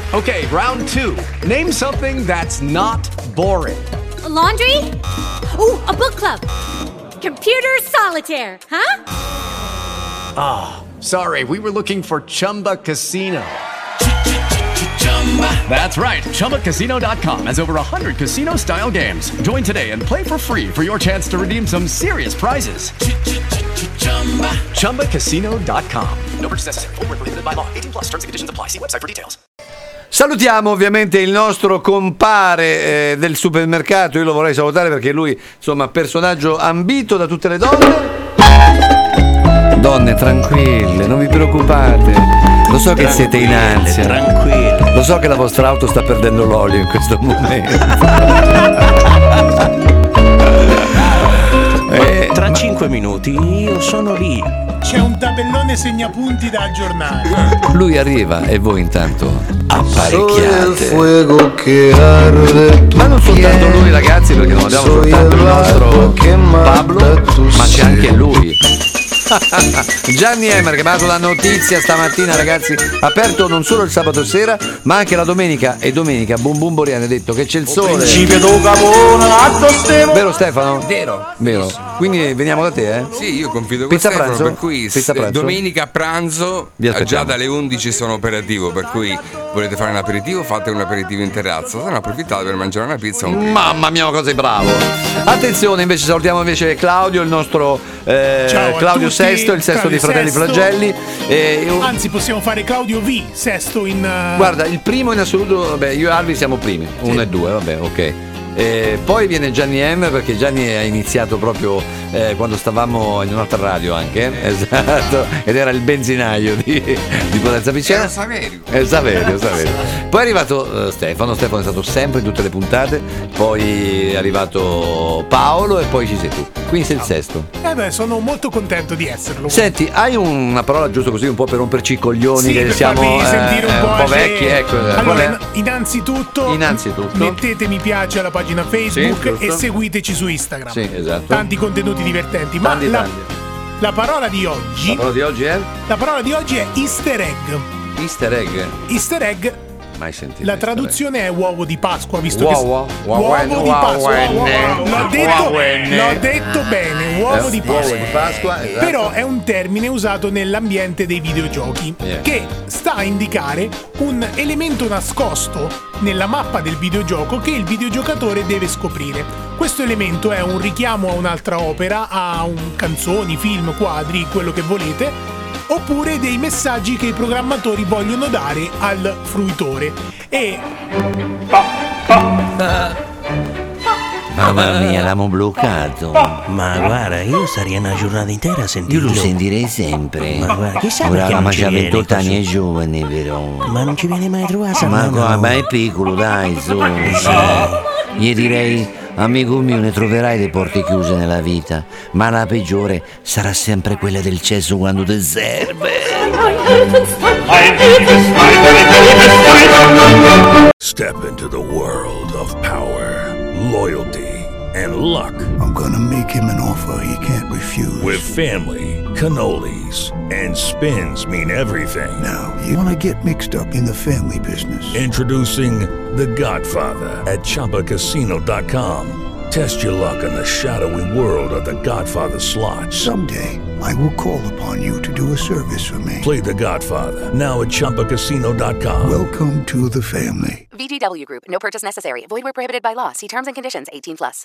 Okay, round 2. Name something that's not boring. A laundry? Ooh, a book club. Computer solitaire, huh? Ah, sorry, we were looking for Chumba Casino. That's right, ChumbaCasino.com has over 100 casino-style games. Join today and play for free for your chance to redeem some serious prizes. ChumbaCasino.com. No purchase necessary. Void where prohibited by law. 18+ terms and conditions apply. See website for details. Salutiamo ovviamente il nostro compare del supermercato. Io lo vorrei salutare perché lui, insomma, personaggio ambito da tutte le donne. Donne, tranquille, non vi preoccupate. Lo so che siete in ansia. Tranquille. Lo so che la vostra auto sta perdendo l'olio in questo momento. Tra 5 minuti io sono lì. C'è un tabellone segnapunti da aggiornare. Lui arriva e voi intanto apparecchiate. Ma non soltanto lui, ragazzi, perché non abbiamo soltanto il nostro Pablo, ma c'è anche lui. Gianni Emer che mi ha dato la notizia stamattina, ragazzi, aperto non solo il sabato sera ma anche la domenica, e domenica Bum Bum Boriani ha detto che c'è il sole. Vero Stefano? Vero. Quindi veniamo da te, eh? Sì, io confido con Pizza Stefano, pranzo? per cui Pizza pranzo? domenica a pranzo Vi aspettiamo. già dalle 11 sono operativo, per cui volete fare un aperitivo, fate un aperitivo in terrazza, se no approfittate per mangiare una pizza o un pizza. Mamma mia, cosa sei bravo. Attenzione, invece salutiamo invece Claudio, il nostro Ciao a Claudio tutti, Sesto, il sesto Claudio dei Fratelli Sesto. Flagelli. Anzi, possiamo fare Claudio V, sesto in... Guarda, il primo in assoluto, vabbè, io e Alvi siamo primi, 1 e 2, vabbè, ok. Poi viene Gianni M, perché Gianni ha iniziato proprio quando stavamo in un'altra radio anche, esatto, ed era il benzinaio di Potenza Piccina. Saverio. Poi è arrivato Stefano è stato sempre in tutte le puntate, poi è arrivato Paolo e poi ci sei tu, quindi sei il sesto. Sono molto contento di esserlo. Senti, hai una parola giusto così un po' per romperci i coglioni, Sì, che per siamo farvi sentire un po' vecchi, ecco. Allora, innanzitutto mettete mi piace alla pagina Facebook Sì, e seguiteci su Instagram. Sì, esatto. Tanti contenuti divertenti. Ma Tanti. la parola di oggi. La parola di oggi è? La parola di oggi è easter egg. Easter egg. Easter egg. Mai sentito. La traduzione è uovo di Pasqua, visto uovo? che uovo di Pasqua. L'ho detto bene, uovo di Pasqua. Uovo di Pasqua, esatto. Però è un termine usato nell'ambiente dei videogiochi che sta a indicare un elemento nascosto nella mappa del videogioco che il videogiocatore deve scoprire. Questo elemento è un richiamo a un'altra opera, a canzoni, film, quadri, quello che volete, oppure dei messaggi che i programmatori vogliono dare al fruitore. E Mamma mia, l'abbiamo bloccato. Ma guarda, io starei una giornata intera a sentirlo. Io lo sentirei sempre. Ma guarda, chissà ora perché ma non c'ha ci viene 28 anni, così. è giovane però. Ma non ci viene mai trovato. Ma è piccolo, dai, su. Gli direi, amico mio, ne troverai le porte chiuse nella vita, ma la peggiore sarà sempre quella del cesso quando ti serve. Step into the world of power, loyalty, and luck. I'm gonna make him an offer he can't refuse. With family, cannolis, and spins mean everything. Now, you wanna get mixed up in the family business. Introducing The Godfather at ChumbaCasino.com. Test your luck in the shadowy world of The Godfather slot. Someday, I will call upon you to do a service for me. Play The Godfather now at ChumbaCasino.com. Welcome to the family. VGW Group. No purchase necessary. Void where prohibited by law. See terms and conditions. 18+.